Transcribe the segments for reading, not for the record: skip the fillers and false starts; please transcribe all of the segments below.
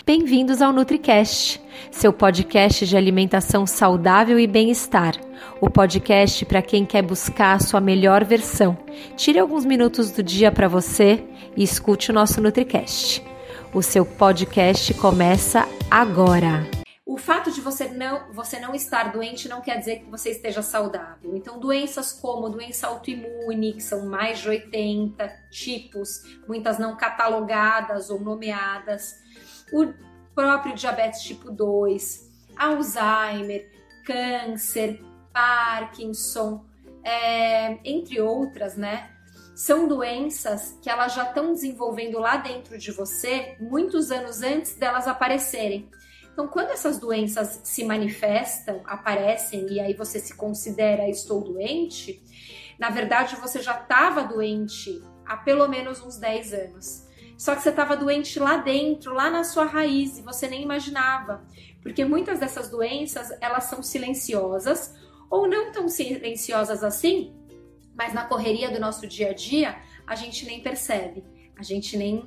Bem-vindos ao NutriCast, seu podcast de alimentação saudável e bem-estar. O podcast para quem quer buscar a sua melhor versão. Tire alguns minutos do dia para você e escute o nosso NutriCast. O seu podcast começa agora. O fato de você não estar doente não quer dizer que você esteja saudável. Então, doenças como doença autoimune, que são mais de 80 tipos, muitas não catalogadas ou nomeadas, o próprio diabetes tipo 2, Alzheimer, câncer, Parkinson, entre outras, né? São doenças que elas já estão desenvolvendo lá dentro de você muitos anos antes delas aparecerem. Então, quando essas doenças se manifestam, aparecem e aí você se considera estou doente, na verdade você já estava doente há pelo menos uns 10 anos. Só que você estava doente lá dentro, lá na sua raiz, e você nem imaginava. Porque muitas dessas doenças, elas são silenciosas, ou não tão silenciosas assim, mas na correria do nosso dia a dia, a gente nem percebe, a gente nem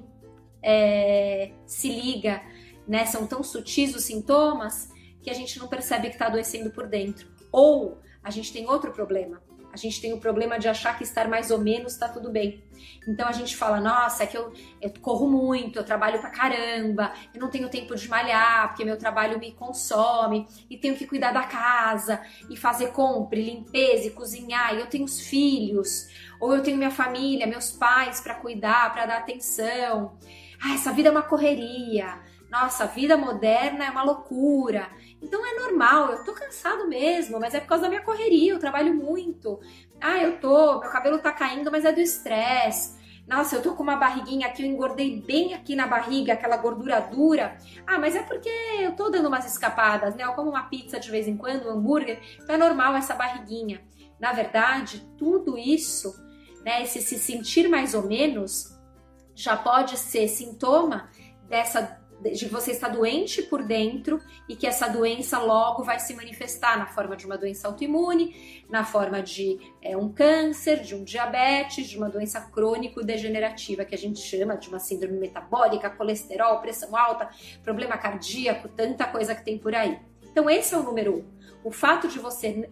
se liga, né? São tão sutis os sintomas que a gente não percebe que está adoecendo por dentro. Ou a gente tem outro problema. A gente tem o problema de achar que estar mais ou menos está tudo bem. Então a gente fala, nossa, é que eu corro muito, eu trabalho pra caramba, eu não tenho tempo de malhar, porque meu trabalho me consome, e tenho que cuidar da casa, e fazer compra, e limpeza, e cozinhar, e eu tenho os filhos, ou eu tenho minha família, meus pais para cuidar, para dar atenção. Ah, essa vida é uma correria. Nossa, a vida moderna é uma loucura. Então é normal, eu tô cansado mesmo, mas é por causa da minha correria, eu trabalho muito. Ah, meu cabelo tá caindo, mas é do estresse. Nossa, eu tô com uma barriguinha aqui, eu engordei bem aqui na barriga, aquela gordura dura. Ah, mas é porque eu tô dando umas escapadas, né? Eu como uma pizza de vez em quando, um hambúrguer, então é normal essa barriguinha. Na verdade, tudo isso, né, esse se sentir mais ou menos, já pode ser sintoma de você estar doente por dentro e que essa doença logo vai se manifestar na forma de uma doença autoimune, na forma de um câncer, de um diabetes, de uma doença crônico-degenerativa que a gente chama de uma síndrome metabólica, colesterol, pressão alta, problema cardíaco, tanta coisa que tem por aí. Então esse é o número 1. O fato de você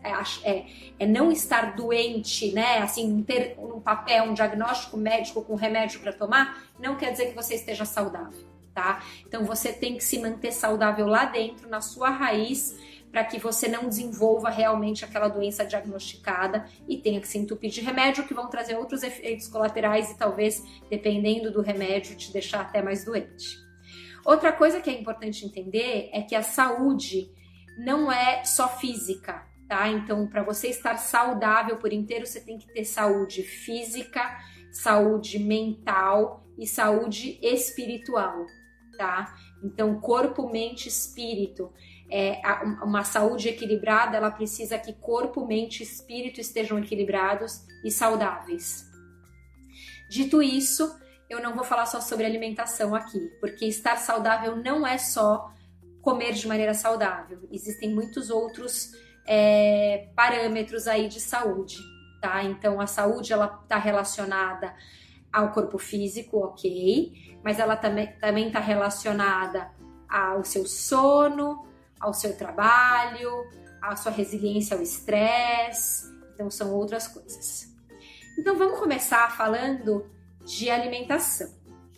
não estar doente, né, assim, ter um papel, um diagnóstico médico com remédio para tomar, não quer dizer que você esteja saudável. Tá? Então você tem que se manter saudável lá dentro, na sua raiz, para que você não desenvolva realmente aquela doença diagnosticada e tenha que se entupir de remédio, que vão trazer outros efeitos colaterais e talvez, dependendo do remédio, te deixar até mais doente. Outra coisa que é importante entender é que a saúde não é só física, tá? Então, para você estar saudável por inteiro, você tem que ter saúde física, saúde mental e saúde espiritual. Tá? Então, corpo, mente, espírito. Uma saúde equilibrada, ela precisa que corpo, mente e espírito estejam equilibrados e saudáveis. Dito isso, eu não vou falar só sobre alimentação aqui, porque estar saudável não é só comer de maneira saudável. Existem muitos outros parâmetros aí de saúde, tá? Então, a saúde, ela está relacionada ao corpo físico, ok, mas ela também está relacionada ao seu sono, ao seu trabalho, à sua resiliência ao estresse, então são outras coisas. Então vamos começar falando de alimentação.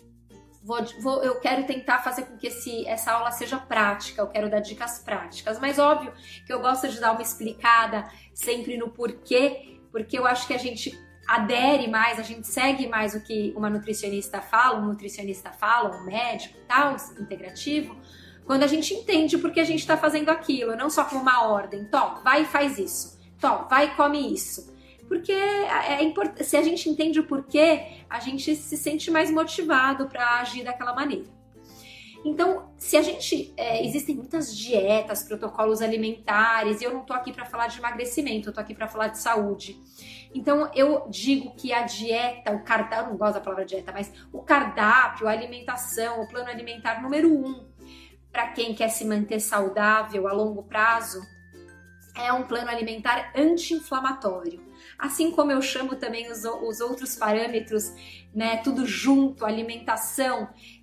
Eu quero tentar fazer com que essa aula seja prática, eu quero dar dicas práticas, mas óbvio que eu gosto de dar uma explicada sempre no porquê, porque eu acho que a gente adere mais, a gente segue mais o que uma nutricionista fala, um médico, tal, integrativo, quando a gente entende por que a gente está fazendo aquilo, não só como uma ordem, vai e faz isso, vai e come isso. Porque se a gente entende o porquê, a gente se sente mais motivado para agir daquela maneira. Então, existem muitas dietas, protocolos alimentares, e eu não tô aqui para falar de emagrecimento, eu tô aqui para falar de saúde. Então, eu digo que a dieta, o cardápio, eu não gosto da palavra dieta, mas o cardápio, a alimentação, o plano alimentar número 1, para quem quer se manter saudável a longo prazo, é um plano alimentar anti-inflamatório. Assim como eu chamo também os outros parâmetros, né, tudo junto, alimentação,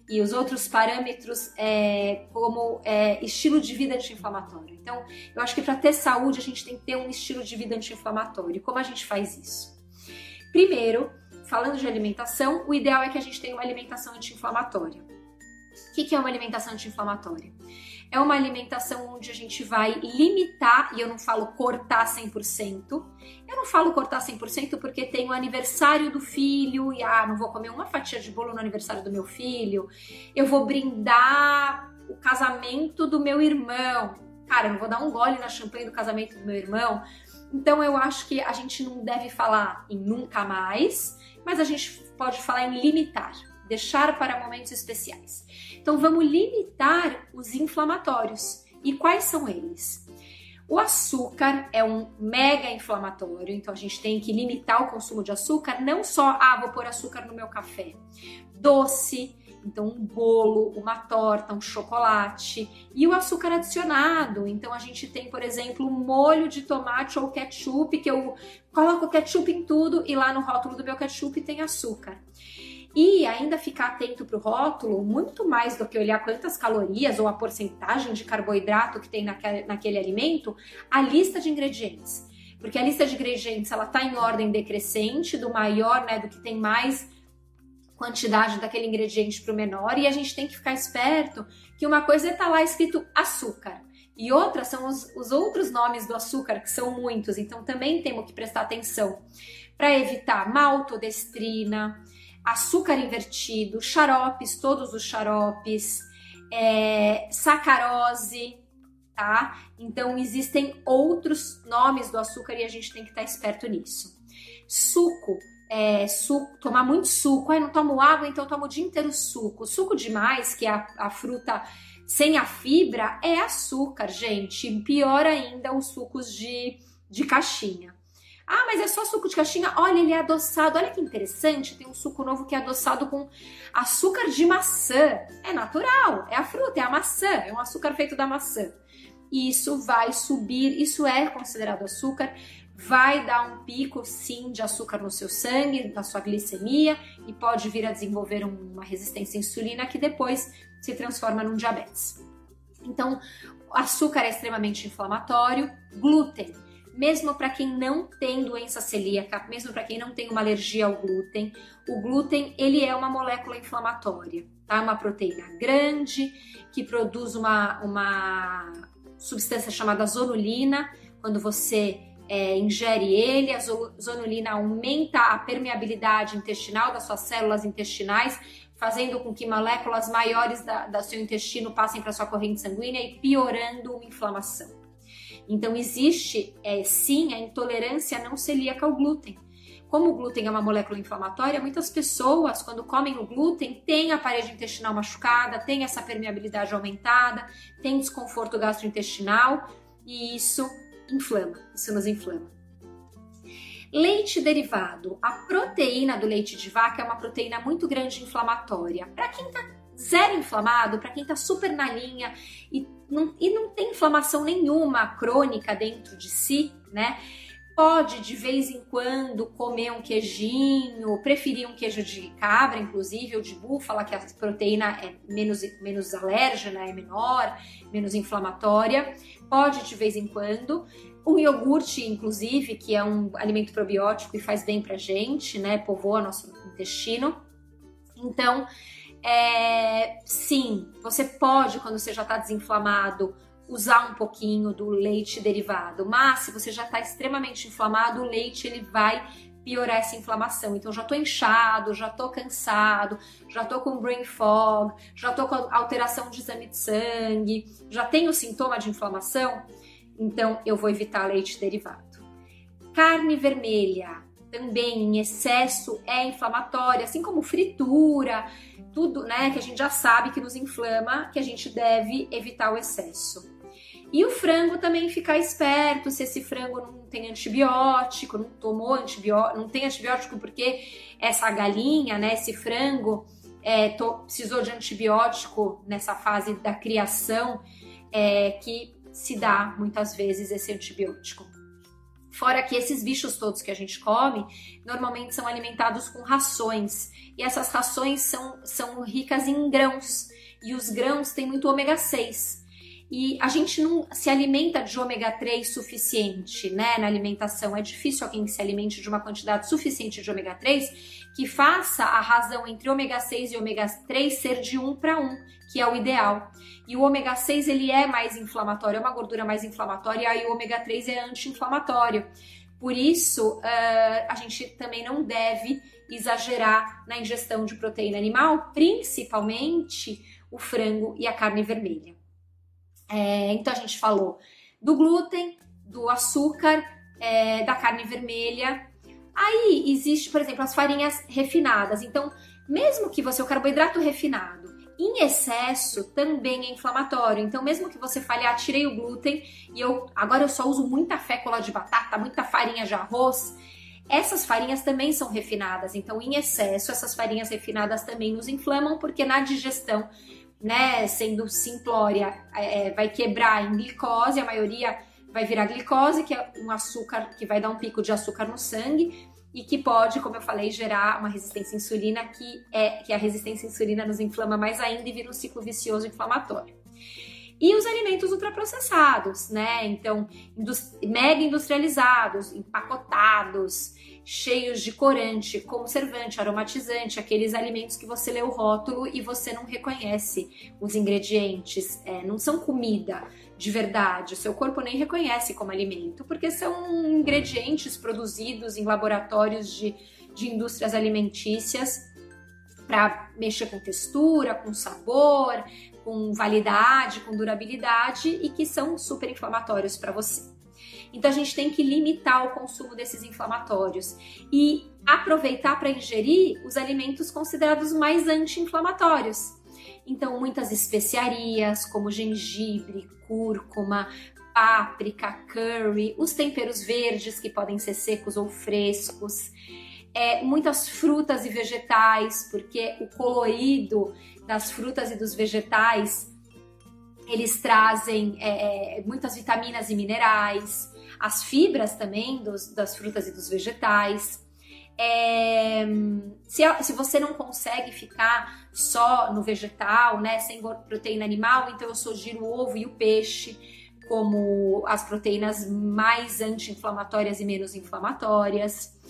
e os outros parâmetros como estilo de vida anti-inflamatório. Então, eu acho que para ter saúde a gente tem que ter um estilo de vida anti-inflamatório. Como a gente faz isso? Primeiro, falando de alimentação, o ideal é que a gente tenha uma alimentação anti-inflamatória. O que é uma alimentação anti-inflamatória? É uma alimentação onde a gente vai limitar, e eu não falo cortar 100%. Eu não falo cortar 100% porque tem o aniversário do filho e não vou comer uma fatia de bolo no aniversário do meu filho. Eu vou brindar o casamento do meu irmão. Cara, eu não vou dar um gole na champanhe do casamento do meu irmão. Então eu acho que a gente não deve falar em nunca mais, mas a gente pode falar em limitar, deixar para momentos especiais. Então vamos limitar os inflamatórios. E quais são eles? O açúcar é um mega inflamatório, então a gente tem que limitar o consumo de açúcar, não só, vou pôr açúcar no meu café. Doce, então um bolo, uma torta, um chocolate. E o açúcar adicionado, então a gente tem, por exemplo, um molho de tomate ou ketchup, que eu coloco ketchup em tudo e lá no rótulo do meu ketchup tem açúcar. E ainda ficar atento para o rótulo, muito mais do que olhar quantas calorias ou a porcentagem de carboidrato que tem naquele alimento, a lista de ingredientes. Porque a lista de ingredientes ela está em ordem decrescente, do maior, né, do que tem mais quantidade daquele ingrediente para o menor, e a gente tem que ficar esperto que uma coisa está lá escrito açúcar e outra são os outros nomes do açúcar, que são muitos, então também temos que prestar atenção para evitar maltodestrina, açúcar invertido, xaropes, todos os xaropes, sacarose, tá? Então existem outros nomes do açúcar e a gente tem que estar esperto nisso. Suco, tomar muito suco, não tomo água, então eu tomo o dia inteiro suco. Suco demais, que é a fruta sem a fibra, é açúcar, gente. Pior ainda os sucos de caixinha. Mas é só suco de caixinha? Olha, ele é adoçado. Olha que interessante, tem um suco novo que é adoçado com açúcar de maçã. É natural, é a fruta, é a maçã, é um açúcar feito da maçã. Isso vai subir, isso é considerado açúcar, vai dar um pico, sim, de açúcar no seu sangue, na sua glicemia, e pode vir a desenvolver uma resistência à insulina que depois se transforma num diabetes. Então, açúcar é extremamente inflamatório. Glúten, mesmo para quem não tem doença celíaca, mesmo para quem não tem uma alergia ao glúten, o glúten ele é uma molécula inflamatória, tá? Uma proteína grande que produz uma substância chamada zonulina. Quando você ingere ele, a zonulina aumenta a permeabilidade intestinal das suas células intestinais, fazendo com que moléculas maiores do seu intestino passem para sua corrente sanguínea e piorando uma inflamação. Então existe, sim, a intolerância não celíaca ao glúten. Como o glúten é uma molécula inflamatória, muitas pessoas, quando comem o glúten, têm a parede intestinal machucada, têm essa permeabilidade aumentada, têm desconforto gastrointestinal e isso inflama, isso nos inflama. Leite derivado. A proteína do leite de vaca é uma proteína muito grande inflamatória. Para quem tá zero inflamado, para quem tá super na linha e não tem inflamação nenhuma crônica dentro de si, né? Pode de vez em quando comer um queijinho, preferir um queijo de cabra, inclusive, ou de búfala, que a proteína é menos alérgena, é menor, menos inflamatória. Pode de vez em quando. O iogurte, inclusive, que é um alimento probiótico e faz bem pra gente, né? Povoa nosso intestino. Então, sim, você pode, quando você já está desinflamado, usar um pouquinho do leite derivado, mas se você já está extremamente inflamado, o leite ele vai piorar essa inflamação. Então já estou inchado, já estou cansado, já estou com brain fog, já estou com alteração de exame de sangue, já tenho sintoma de inflamação, então eu vou evitar leite derivado. Carne vermelha também em excesso é inflamatória, assim como fritura, tudo, né, que a gente já sabe que nos inflama, que a gente deve evitar o excesso. E o frango também, ficar esperto se esse frango não tem antibiótico, não tomou antibiótico, não tem antibiótico porque essa galinha, né, esse frango precisou de antibiótico nessa fase da criação, que se dá muitas vezes esse antibiótico. Fora que esses bichos todos que a gente come, normalmente são alimentados com rações. E essas rações são ricas em grãos. E os grãos têm muito ômega 6. E a gente não se alimenta de ômega 3 suficiente, né, na alimentação. É difícil alguém que se alimente de uma quantidade suficiente de ômega 3 que faça a razão entre ômega 6 e ômega 3 ser de 1:1, que é o ideal. E o ômega 6 ele é mais inflamatório, é uma gordura mais inflamatória, e o ômega 3 é anti-inflamatório. Por isso, a gente também não deve exagerar na ingestão de proteína animal, principalmente o frango e a carne vermelha. Então a gente falou do glúten, do açúcar, da carne vermelha. Aí existe, por exemplo, as farinhas refinadas. Então, mesmo que o carboidrato refinado em excesso também é inflamatório. Então, mesmo que você fale, tirei o glúten e agora eu só uso muita fécula de batata, muita farinha de arroz, essas farinhas também são refinadas. Então, em excesso, essas farinhas refinadas também nos inflamam, porque na digestão, né, sendo simplória, vai quebrar em glicose, a maioria vai virar glicose, que é um açúcar que vai dar um pico de açúcar no sangue e que pode, como eu falei, gerar uma resistência à insulina, que a resistência à insulina nos inflama mais ainda e vira um ciclo vicioso inflamatório. E os alimentos ultraprocessados, né? Então, mega industrializados, empacotados, cheios de corante, conservante, aromatizante, aqueles alimentos que você lê o rótulo e você não reconhece os ingredientes, não são comida de verdade, o seu corpo nem reconhece como alimento, porque são ingredientes produzidos em laboratórios de indústrias alimentícias para mexer com textura, com sabor, com validade, com durabilidade e que são super inflamatórios para você. Então a gente tem que limitar o consumo desses inflamatórios e aproveitar para ingerir os alimentos considerados mais anti-inflamatórios. Então muitas especiarias como gengibre, cúrcuma, páprica, curry, os temperos verdes que podem ser secos ou frescos, muitas frutas e vegetais, porque o colorido das frutas e dos vegetais eles trazem muitas vitaminas e minerais, as fibras também das frutas e dos vegetais. Se você não consegue ficar só no vegetal, né, sem proteína animal, então eu sugiro o ovo e o peixe como as proteínas mais anti-inflamatórias e menos inflamatórias.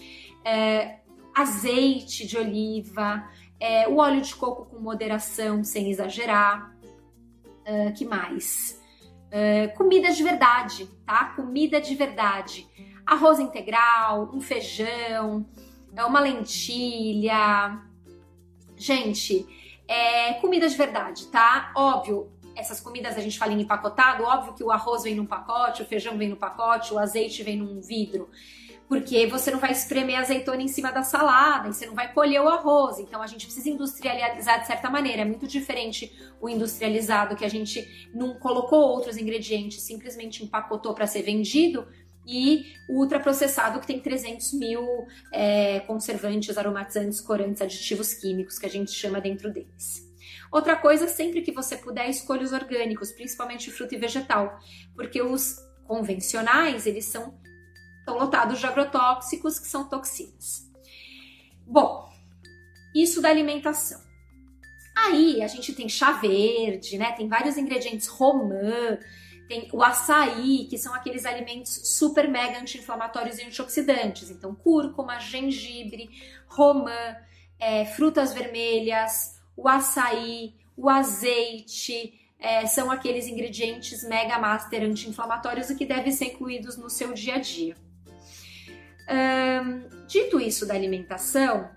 Azeite de oliva, o óleo de coco com moderação, sem exagerar. Que mais? Comida de verdade, tá? Comida de verdade. Arroz integral, um feijão, uma lentilha. Gente, comida de verdade, tá? Óbvio, essas comidas a gente fala em empacotado, óbvio que o arroz vem num pacote, o feijão vem num pacote, o azeite vem num vidro. Porque você não vai espremer azeitona em cima da salada e você não vai colher o arroz. Então a gente precisa industrializar de certa maneira. É muito diferente o industrializado, que a gente não colocou outros ingredientes, simplesmente empacotou para ser vendido, e o ultraprocessado, que tem 300 mil conservantes, aromatizantes, corantes, aditivos químicos, que a gente chama dentro deles. Outra coisa, sempre que você puder, escolha os orgânicos, principalmente fruta e vegetal, porque os convencionais, eles estão lotados de agrotóxicos, que são toxinas. Bom, isso da alimentação. Aí a gente tem chá verde, né? Tem vários ingredientes, romã, tem o açaí, que são aqueles alimentos super mega anti-inflamatórios e antioxidantes. Então, cúrcuma, gengibre, romã, frutas vermelhas, o açaí, o azeite, são aqueles ingredientes mega master anti-inflamatórios e que devem ser incluídos no seu dia a dia. Dito isso da alimentação,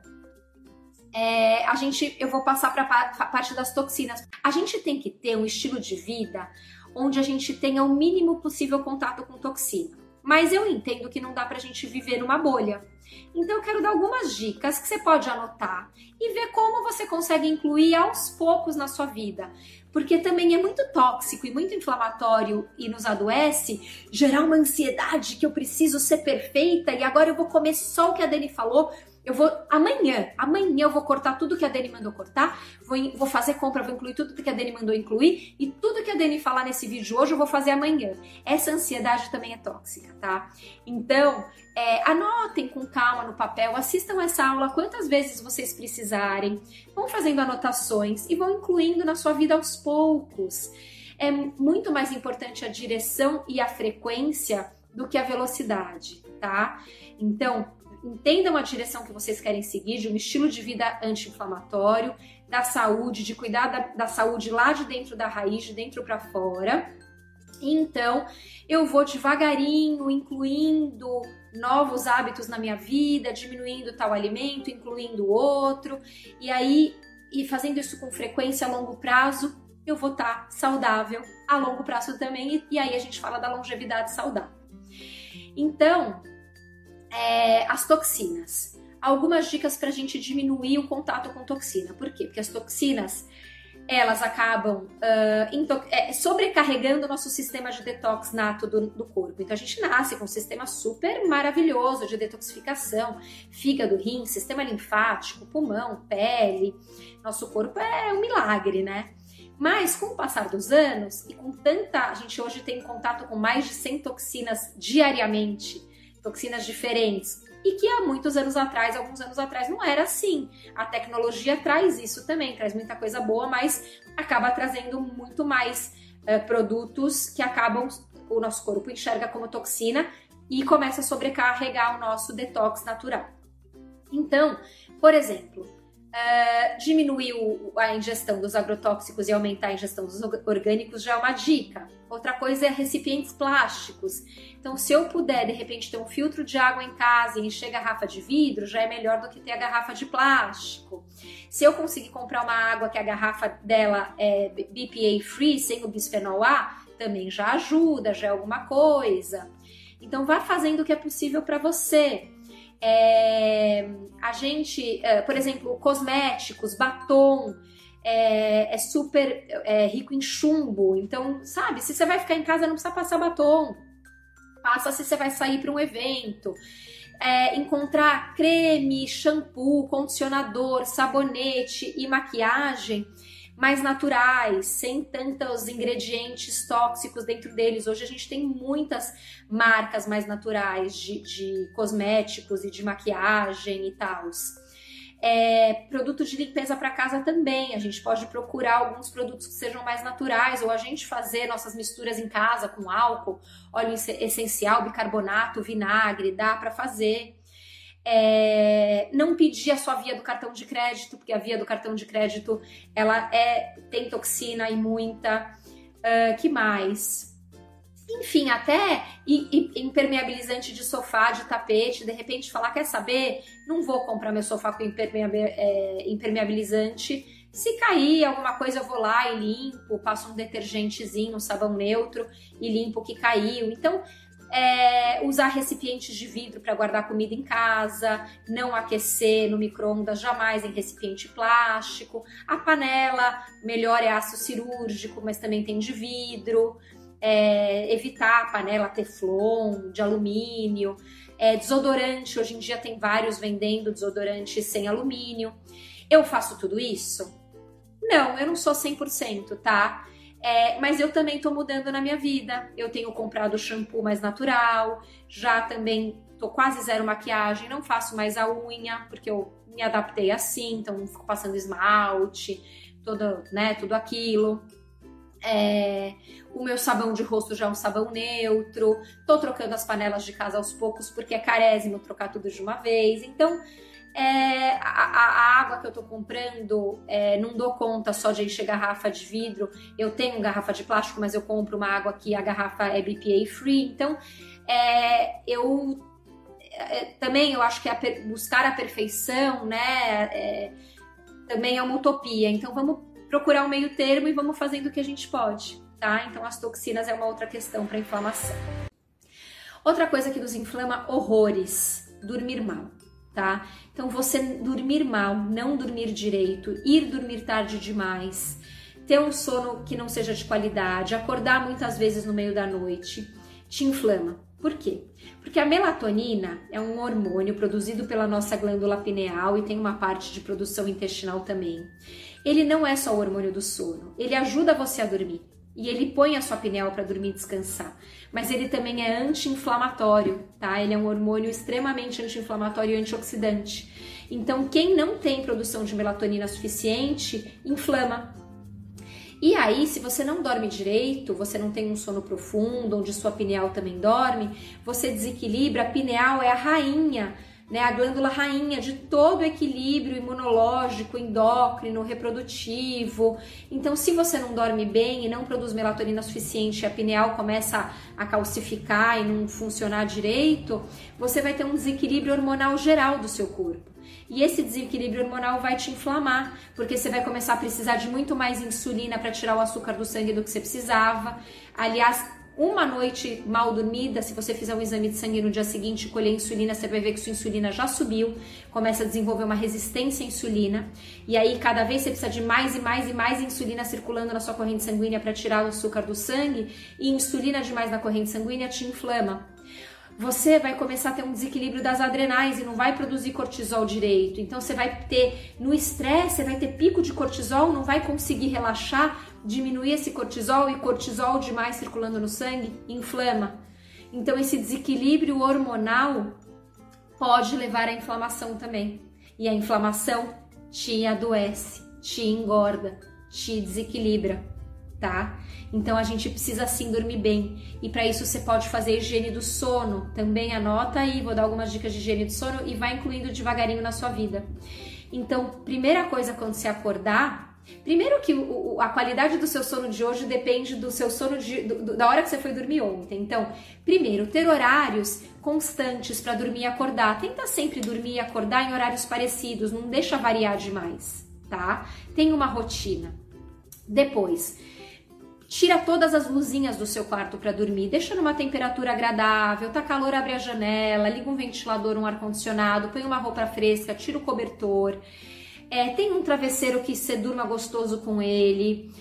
eu vou passar para a parte das toxinas. A gente tem que ter um estilo de vida onde a gente tenha o mínimo possível contato com toxina. Mas eu entendo que não dá pra gente viver numa bolha. Então eu quero dar algumas dicas que você pode anotar e ver como você consegue incluir aos poucos na sua vida. Porque também é muito tóxico e muito inflamatório e nos adoece gerar uma ansiedade que eu preciso ser perfeita e agora eu vou comer só o que a Dani falou. Amanhã eu vou cortar tudo que a Dani mandou cortar, vou fazer compra, vou incluir tudo que a Dani mandou incluir e tudo que que a Dani falar nesse vídeo hoje, eu vou fazer amanhã. Essa ansiedade também é tóxica, tá? Então, anotem com calma no papel, assistam essa aula quantas vezes vocês precisarem, vão fazendo anotações e vão incluindo na sua vida aos poucos. É muito mais importante a direção e a frequência do que a velocidade, tá? Então, entendam a direção que vocês querem seguir, de um estilo de vida anti-inflamatório, da saúde, de cuidar da saúde lá de dentro da raiz, de dentro para fora. Então, eu vou devagarinho incluindo novos hábitos na minha vida, diminuindo tal alimento, incluindo outro, e fazendo isso com frequência a longo prazo, eu vou estar saudável a longo prazo também, e aí a gente fala da longevidade saudável. Então, as toxinas. Algumas dicas para a gente diminuir o contato com toxina. Por quê? Porque as toxinas, elas acabam sobrecarregando o nosso sistema de detox nato do corpo. Então a gente nasce com um sistema super maravilhoso de detoxificação, fígado, rim, sistema linfático, pulmão, pele. Nosso corpo é um milagre, né? Mas com o passar dos anos e com a gente hoje tem contato com mais de 100 toxinas diariamente, toxinas diferentes, e que há alguns anos atrás não era assim. A tecnologia traz isso também, traz muita coisa boa, mas acaba trazendo muito mais produtos que o nosso corpo enxerga como toxina e começa a sobrecarregar o nosso detox natural. Então, por exemplo, diminuir a ingestão dos agrotóxicos e aumentar a ingestão dos orgânicos já é uma dica. Outra coisa é recipientes plásticos. Então, se eu puder, de repente, ter um filtro de água em casa e encher garrafa de vidro, já é melhor do que ter a garrafa de plástico. Se eu conseguir comprar uma água que a garrafa dela é BPA free, sem o bisfenol A, também já ajuda, já é alguma coisa. Então, vá fazendo o que é possível para você. A gente, por exemplo, cosméticos, batom, é super rico em chumbo. Então, sabe, se você vai ficar em casa, não precisa passar batom. Passa se você vai sair para um evento. Encontrar creme, shampoo, condicionador, sabonete e maquiagem mais naturais, sem tantos ingredientes tóxicos dentro deles. Hoje a gente tem muitas marcas mais naturais de cosméticos e de maquiagem e tal. Produtos de limpeza para casa também. A gente pode procurar alguns produtos que sejam mais naturais, ou a gente fazer nossas misturas em casa com álcool, óleo essencial, bicarbonato, vinagre, dá para fazer. Não pedir a sua via do cartão de crédito, porque a via do cartão de crédito ela tem toxina e muita. Que mais? Enfim, até impermeabilizante de sofá, de tapete, de repente falar, quer saber? Não vou comprar meu sofá com impermeabilizante. Se cair alguma coisa, eu vou lá e limpo, passo um detergentezinho, um sabão neutro e limpo o que caiu. Então, usar recipientes de vidro para guardar comida em casa, não aquecer no micro-ondas jamais em recipiente plástico. A panela, melhor é aço cirúrgico, mas também tem de vidro. Evitar a panela teflon, de alumínio. Desodorante, hoje em dia tem vários vendendo desodorante sem alumínio. Eu faço tudo isso? Não, eu não sou 100%, tá? Mas eu também tô mudando na minha vida. Eu tenho comprado shampoo mais natural, já também tô quase zero maquiagem, não faço mais a unha, porque eu me adaptei assim, então não fico passando esmalte, tudo aquilo. O meu sabão de rosto já é um sabão neutro. Tô trocando as panelas de casa aos poucos, porque é carésimo trocar tudo de uma vez. Então, a água que eu tô comprando, não dou conta só de encher garrafa de vidro. Eu tenho garrafa de plástico, mas eu compro uma água que a garrafa é BPA free. Então, também eu acho que buscar a perfeição, né, também é uma utopia. Então, vamos procurar um meio termo e vamos fazendo o que a gente pode, tá? Então, as toxinas é uma outra questão para inflamação. Outra coisa que nos inflama horrores, dormir mal. Tá? Então, você dormir mal, não dormir direito, ir dormir tarde demais, ter um sono que não seja de qualidade, acordar muitas vezes no meio da noite, te inflama. Por quê? Porque a melatonina é um hormônio produzido pela nossa glândula pineal e tem uma parte de produção intestinal também. Ele não é só o hormônio do sono, ele ajuda você a dormir, e ele põe a sua pineal para dormir e descansar. Mas ele também é anti-inflamatório, tá? Ele é um hormônio extremamente anti-inflamatório e antioxidante. Então, quem não tem produção de melatonina suficiente, inflama. E aí, se você não dorme direito, você não tem um sono profundo, onde sua pineal também dorme, você desequilibra. A pineal é a rainha, né, a glândula rainha de todo o equilíbrio imunológico, endócrino, reprodutivo. Então, se você não dorme bem e não produz melatonina suficiente e a pineal começa a calcificar e não funcionar direito, você vai ter um desequilíbrio hormonal geral do seu corpo. E esse desequilíbrio hormonal vai te inflamar, porque você vai começar a precisar de muito mais insulina para tirar o açúcar do sangue do que você precisava. Aliás, uma noite mal dormida, se você fizer um exame de sangue no dia seguinte e colher insulina, você vai ver que sua insulina já subiu, começa a desenvolver uma resistência à insulina, e aí cada vez você precisa de mais e mais e mais insulina circulando na sua corrente sanguínea para tirar o açúcar do sangue, e insulina demais na corrente sanguínea te inflama. Você vai começar a ter um desequilíbrio das adrenais e não vai produzir cortisol direito. Então você vai ter, no estresse, você vai ter pico de cortisol, não vai conseguir relaxar, diminuir esse cortisol, e cortisol demais circulando no sangue inflama. Então esse desequilíbrio hormonal pode levar à inflamação também. E a inflamação te adoece, te engorda, te desequilibra, tá? Então a gente precisa sim dormir bem, e para isso você pode fazer higiene do sono, também anota aí, vou dar algumas dicas de higiene do sono e vai incluindo devagarinho na sua vida. Então, primeira coisa quando você acordar, primeiro que a qualidade do seu sono de hoje depende do seu sono da hora que você foi dormir ontem. Então, primeiro, ter horários constantes para dormir e acordar. Tenta sempre dormir e acordar em horários parecidos, não deixa variar demais, tá? Tem uma rotina. Depois, tira todas as luzinhas do seu quarto para dormir, deixa numa temperatura agradável, tá calor, abre a janela, liga um ventilador, um ar-condicionado, põe uma roupa fresca, tira o cobertor, tem um travesseiro que você durma gostoso com ele,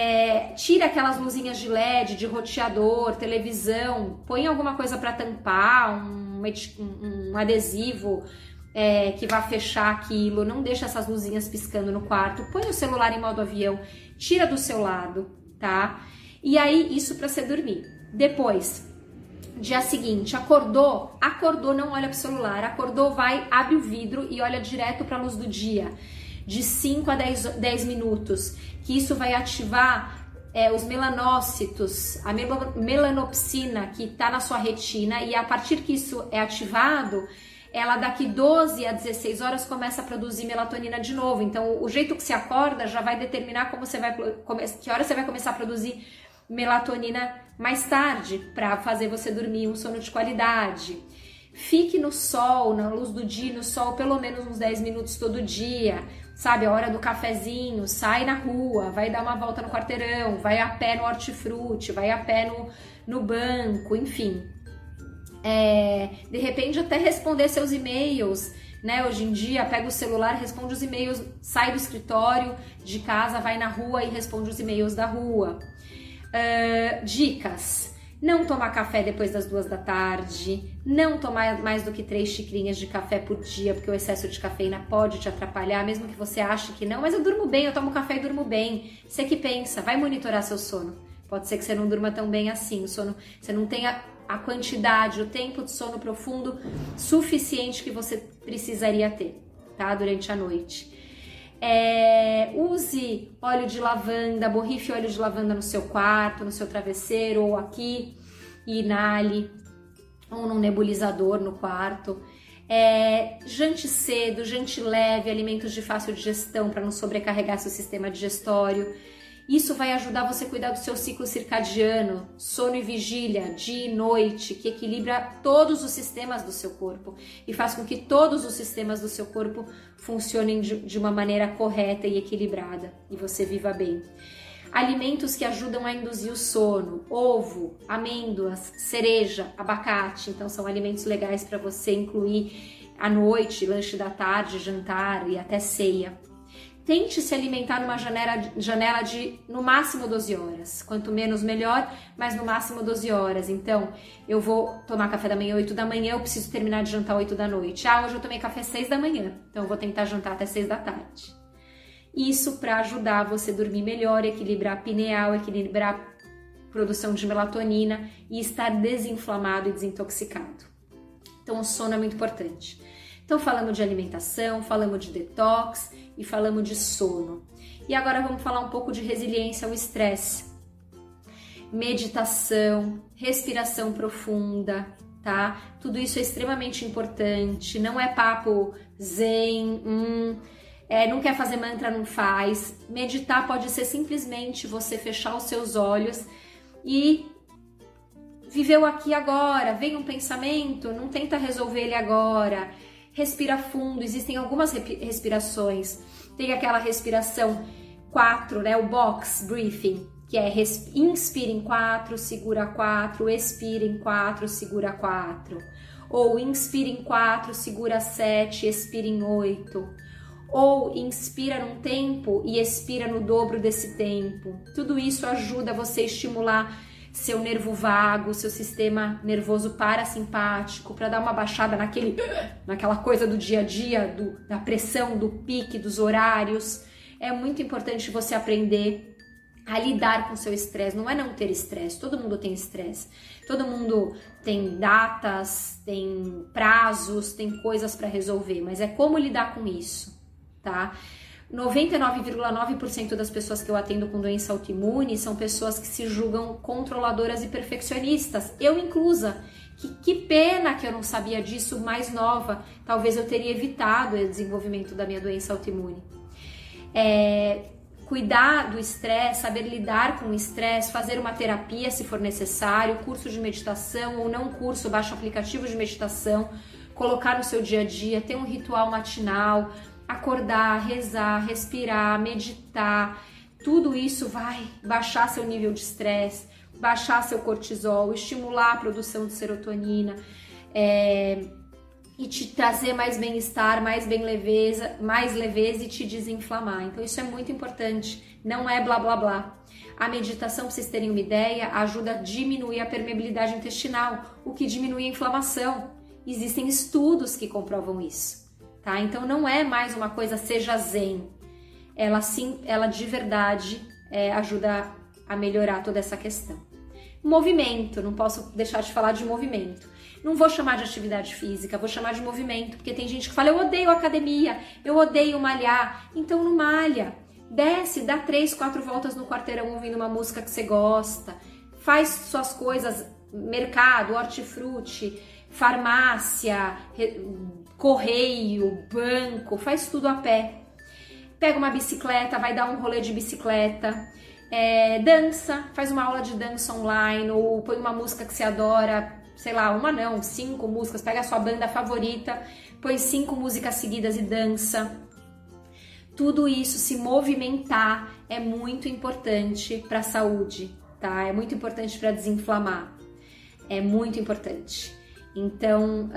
tira aquelas luzinhas de LED, de roteador, televisão, põe alguma coisa para tampar, um adesivo que vai fechar aquilo, não deixa essas luzinhas piscando no quarto, põe o celular em modo avião, tira do seu lado, tá? E aí, isso para você dormir. Depois, dia seguinte, acordou, não olha pro celular, acordou, abre o vidro e olha direto para a luz do dia, de 5 a 10 minutos, que isso vai ativar os melanócitos, a melanopsina que tá na sua retina, e a partir que isso é ativado, ela daqui 12 a 16 horas começa a produzir melatonina de novo. Então, o jeito que você acorda já vai determinar que hora você vai começar a produzir melatonina mais tarde, para fazer você dormir um sono de qualidade. Fique no sol, na luz do dia, no sol, pelo menos uns 10 minutos todo dia, sabe? A hora do cafezinho, sai na rua, vai dar uma volta no quarteirão, vai a pé no hortifruti, vai a pé no banco, enfim. De repente até responder seus e-mails, né? Hoje em dia, pega o celular, responde os e-mails, sai do escritório de casa, vai na rua e responde os e-mails da rua. Dicas: não tomar café depois das 2 da tarde, não tomar mais do que 3 xicrinhas de café por dia, porque o excesso de cafeína pode te atrapalhar, mesmo que você ache que não, mas eu durmo bem, eu tomo café e durmo bem. Você que pensa, vai monitorar seu sono. Pode ser que você não durma tão bem assim, você não tenha a quantidade, o tempo de sono profundo suficiente que você precisaria ter, tá? Durante a noite. Use óleo de lavanda, borrife óleo de lavanda no seu quarto, no seu travesseiro ou aqui, e inale, ou num nebulizador no quarto. Jante cedo, jante leve, alimentos de fácil digestão para não sobrecarregar seu sistema digestório. Isso vai ajudar você a cuidar do seu ciclo circadiano, sono e vigília, dia e noite, que equilibra todos os sistemas do seu corpo e faz com que todos os sistemas do seu corpo funcionem de uma maneira correta e equilibrada e você viva bem. Alimentos que ajudam a induzir o sono: ovo, amêndoas, cereja, abacate. Então são alimentos legais para você incluir à noite, lanche da tarde, jantar e até ceia. Tente se alimentar numa janela de no máximo 12 horas. Quanto menos, melhor, mas no máximo 12 horas. Então, eu vou tomar café da manhã 8 da manhã, eu preciso terminar de jantar 8 da noite. Hoje eu tomei café 6 da manhã, então eu vou tentar jantar até 6 da tarde. Isso para ajudar você a dormir melhor, equilibrar a pineal, equilibrar produção de melatonina e estar desinflamado e desintoxicado. Então o sono é muito importante. Então falamos de alimentação, falamos de detox e falamos de sono. E agora vamos falar um pouco de resiliência ao estresse. Meditação, respiração profunda, tá? Tudo isso é extremamente importante, não é papo zen, não quer fazer mantra, não faz. Meditar pode ser simplesmente você fechar os seus olhos e viver o aqui e agora. Vem um pensamento, não tenta resolver ele agora. Respira fundo, existem algumas respirações. Tem aquela respiração 4, né? O box breathing, que é inspira em 4, segura 4, expira em 4, segura 4. Ou inspira em 4, segura 7, expira em 8. Ou inspira num tempo e expira no dobro desse tempo. Tudo isso ajuda você a estimular seu nervo vago, seu sistema nervoso parasimpático, para dar uma baixada naquela coisa do dia a dia, da pressão, do pique, dos horários. É muito importante você aprender a lidar com o seu estresse. Não é não ter estresse, todo mundo tem estresse. Todo mundo tem datas, tem prazos, tem coisas para resolver, mas é como lidar com isso, tá? 99,9% das pessoas que eu atendo com doença autoimune são pessoas que se julgam controladoras e perfeccionistas, eu inclusa. Que pena que eu não sabia disso mais nova, talvez eu teria evitado o desenvolvimento da minha doença autoimune. Cuidar do estresse, saber lidar com o estresse, fazer uma terapia se for necessário, curso de meditação ou não curso, baixa aplicativo de meditação, colocar no seu dia a dia, ter um ritual matinal, acordar, rezar, respirar, meditar, tudo isso vai baixar seu nível de estresse, baixar seu cortisol, estimular a produção de serotonina e te trazer mais bem-estar, mais leveza e te desinflamar. Então isso é muito importante, não é blá blá blá. A meditação, para vocês terem uma ideia, ajuda a diminuir a permeabilidade intestinal, o que diminui a inflamação. Existem estudos que comprovam isso. Tá? Então não é mais uma coisa seja zen, ela de verdade ajuda a melhorar toda essa questão. Movimento, não posso deixar de falar de movimento. Não vou chamar de atividade física, vou chamar de movimento, porque tem gente que fala, eu odeio academia, eu odeio malhar, então não malha. Desce, dá 3, 4 voltas no quarteirão ouvindo uma música que você gosta, faz suas coisas, mercado, hortifruti, farmácia, correio, banco, faz tudo a pé. Pega uma bicicleta, vai dar um rolê de bicicleta, dança, faz uma aula de dança online ou põe uma música que você adora, sei lá, 5 músicas, pega a sua banda favorita, põe 5 músicas seguidas e dança. Tudo isso, se movimentar, é muito importante para a saúde, tá? É muito importante para desinflamar, é muito importante. Então,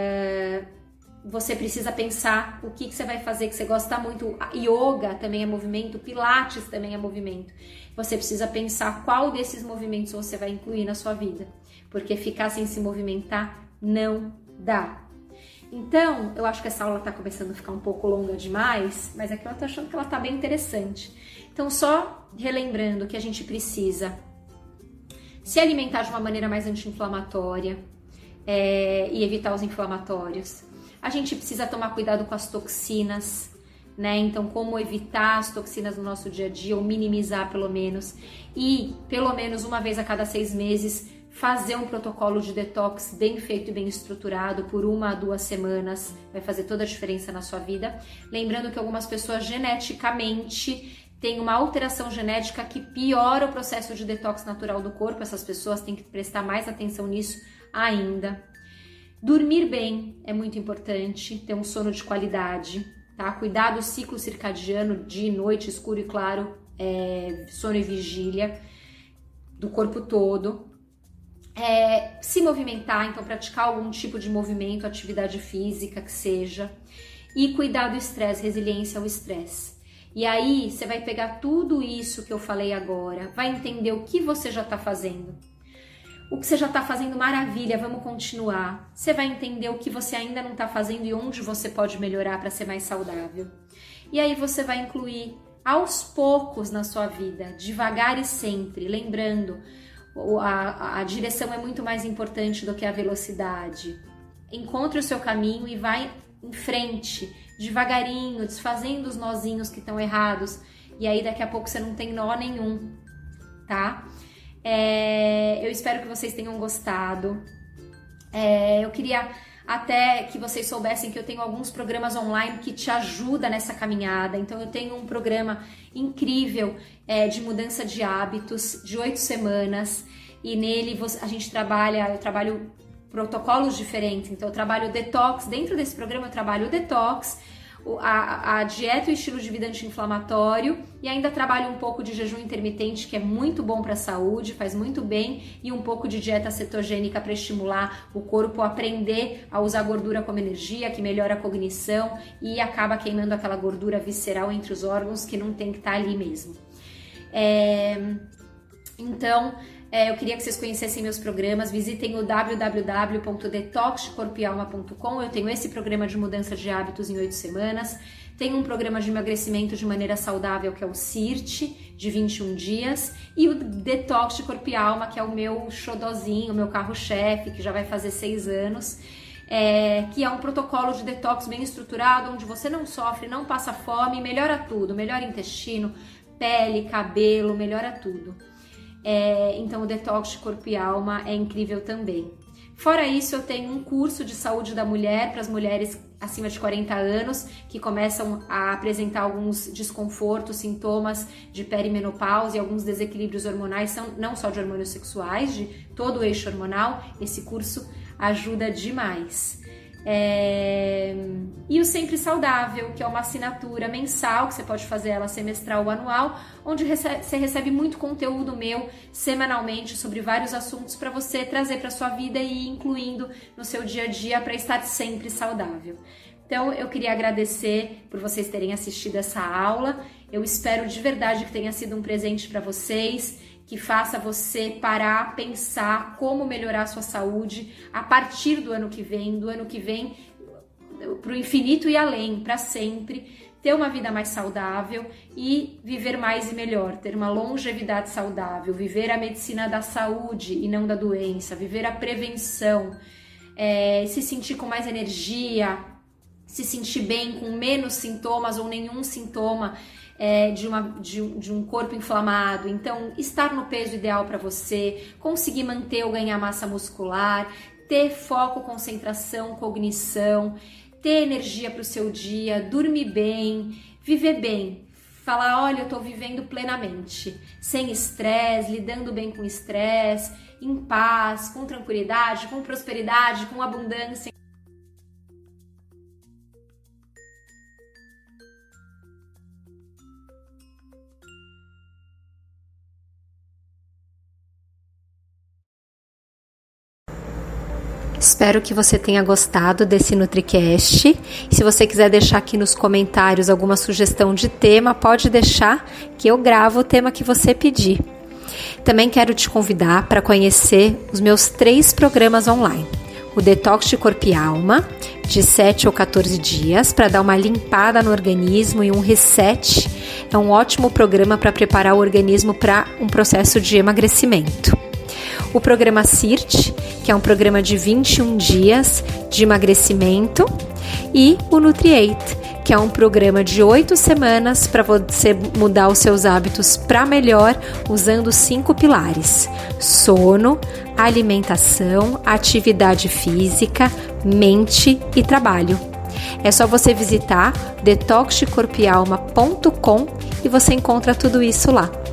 você precisa pensar o que você vai fazer, que você gosta muito. A yoga também é movimento, pilates também é movimento. Você precisa pensar qual desses movimentos você vai incluir na sua vida, porque ficar sem se movimentar não dá. Então, eu acho que essa aula tá começando a ficar um pouco longa demais, mas aqui eu tô achando que ela tá bem interessante. Então, só relembrando que a gente precisa se alimentar de uma maneira mais anti-inflamatória, e evitar os inflamatórios. A gente precisa tomar cuidado com as toxinas, né? Então, como evitar as toxinas no nosso dia a dia, ou minimizar pelo menos. E, pelo menos uma vez a cada 6 meses, fazer um protocolo de detox bem feito e bem estruturado por 1 a 2 semanas. Vai fazer toda a diferença na sua vida. Lembrando que algumas pessoas geneticamente têm uma alteração genética que piora o processo de detox natural do corpo. Essas pessoas têm que prestar mais atenção nisso ainda. Dormir bem é muito importante, ter um sono de qualidade, tá? Cuidar do ciclo circadiano, dia e noite, escuro e claro, sono e vigília, do corpo todo. Se movimentar, então praticar algum tipo de movimento, atividade física que seja. E cuidar do estresse, resiliência ao estresse. E aí você vai pegar tudo isso que eu falei agora, vai entender o que você já está fazendo. O que você já está fazendo, maravilha, vamos continuar. Você vai entender o que você ainda não está fazendo e onde você pode melhorar para ser mais saudável. E aí você vai incluir aos poucos na sua vida, devagar e sempre. Lembrando, a direção é muito mais importante do que a velocidade. Encontre o seu caminho e vai em frente, devagarinho, desfazendo os nozinhos que estão errados, e aí daqui a pouco você não tem nó nenhum, tá? Eu espero que vocês tenham gostado. Eu queria até que vocês soubessem que eu tenho alguns programas online que te ajudam nessa caminhada. Então eu tenho um programa incrível de mudança de hábitos, de 8 semanas, e nele eu trabalho protocolos diferentes. Então eu trabalho detox, dentro desse programa eu trabalho o detox, a dieta e o estilo de vida anti-inflamatório, e ainda trabalho um pouco de jejum intermitente, que é muito bom para a saúde, faz muito bem, e um pouco de dieta cetogênica para estimular o corpo a aprender a usar gordura como energia, que melhora a cognição e acaba queimando aquela gordura visceral entre os órgãos que não tem que estar ali mesmo. Então, eu queria que vocês conhecessem meus programas. Visitem o www.detoxdecorpoealma.com. Eu tenho esse programa de mudança de hábitos em 8 semanas. Tenho um programa de emagrecimento de maneira saudável, que é o CIRT, de 21 dias. E o Detox de Corpo e Alma, que é o meu xodozinho, o meu carro-chefe, que já vai fazer 6 anos. Que é um protocolo de detox bem estruturado, onde você não sofre, não passa fome, melhora tudo. Melhora intestino, pele, cabelo, melhora tudo. Então o Detox de Corpo e Alma é incrível também. Fora isso, eu tenho um curso de saúde da mulher para as mulheres acima de 40 anos que começam a apresentar alguns desconfortos, sintomas de perimenopausa e alguns desequilíbrios hormonais, não só de hormônios sexuais, de todo o eixo hormonal. Esse curso ajuda demais. E o Sempre Saudável, que é uma assinatura mensal, que você pode fazer ela semestral ou anual, onde você recebe muito conteúdo meu semanalmente sobre vários assuntos para você trazer para sua vida e ir incluindo no seu dia a dia para estar sempre saudável. Então eu queria agradecer por vocês terem assistido essa aula. Eu espero de verdade que tenha sido um presente para vocês, que faça você parar, pensar como melhorar a sua saúde a partir do ano que vem para o infinito e além, para sempre, ter uma vida mais saudável e viver mais e melhor, ter uma longevidade saudável, viver a medicina da saúde e não da doença, viver a prevenção, se sentir com mais energia, se sentir bem com menos sintomas ou nenhum sintoma, de um corpo inflamado. Então, estar no peso ideal para você, conseguir manter ou ganhar massa muscular, ter foco, concentração, cognição, ter energia para o seu dia, dormir bem, viver bem. Falar, olha, eu estou vivendo plenamente, sem estresse, lidando bem com estresse, em paz, com tranquilidade, com prosperidade, com abundância. Espero que você tenha gostado desse NutriCast. Se você quiser deixar aqui nos comentários alguma sugestão de tema, pode deixar que eu gravo o tema que você pedir. Também quero te convidar para conhecer os meus 3 programas online. O Detox de Corpo e Alma, de 7 ou 14 dias, para dar uma limpada no organismo e um reset. É um ótimo programa para preparar o organismo para um processo de emagrecimento. O programa CIRT, que é um programa de 21 dias de emagrecimento, e o Nutri8, que é um programa de 8 semanas para você mudar os seus hábitos para melhor, usando 5 pilares: sono, alimentação, atividade física, mente e trabalho. É só você visitar detoxdecorpoealma.com e você encontra tudo isso lá.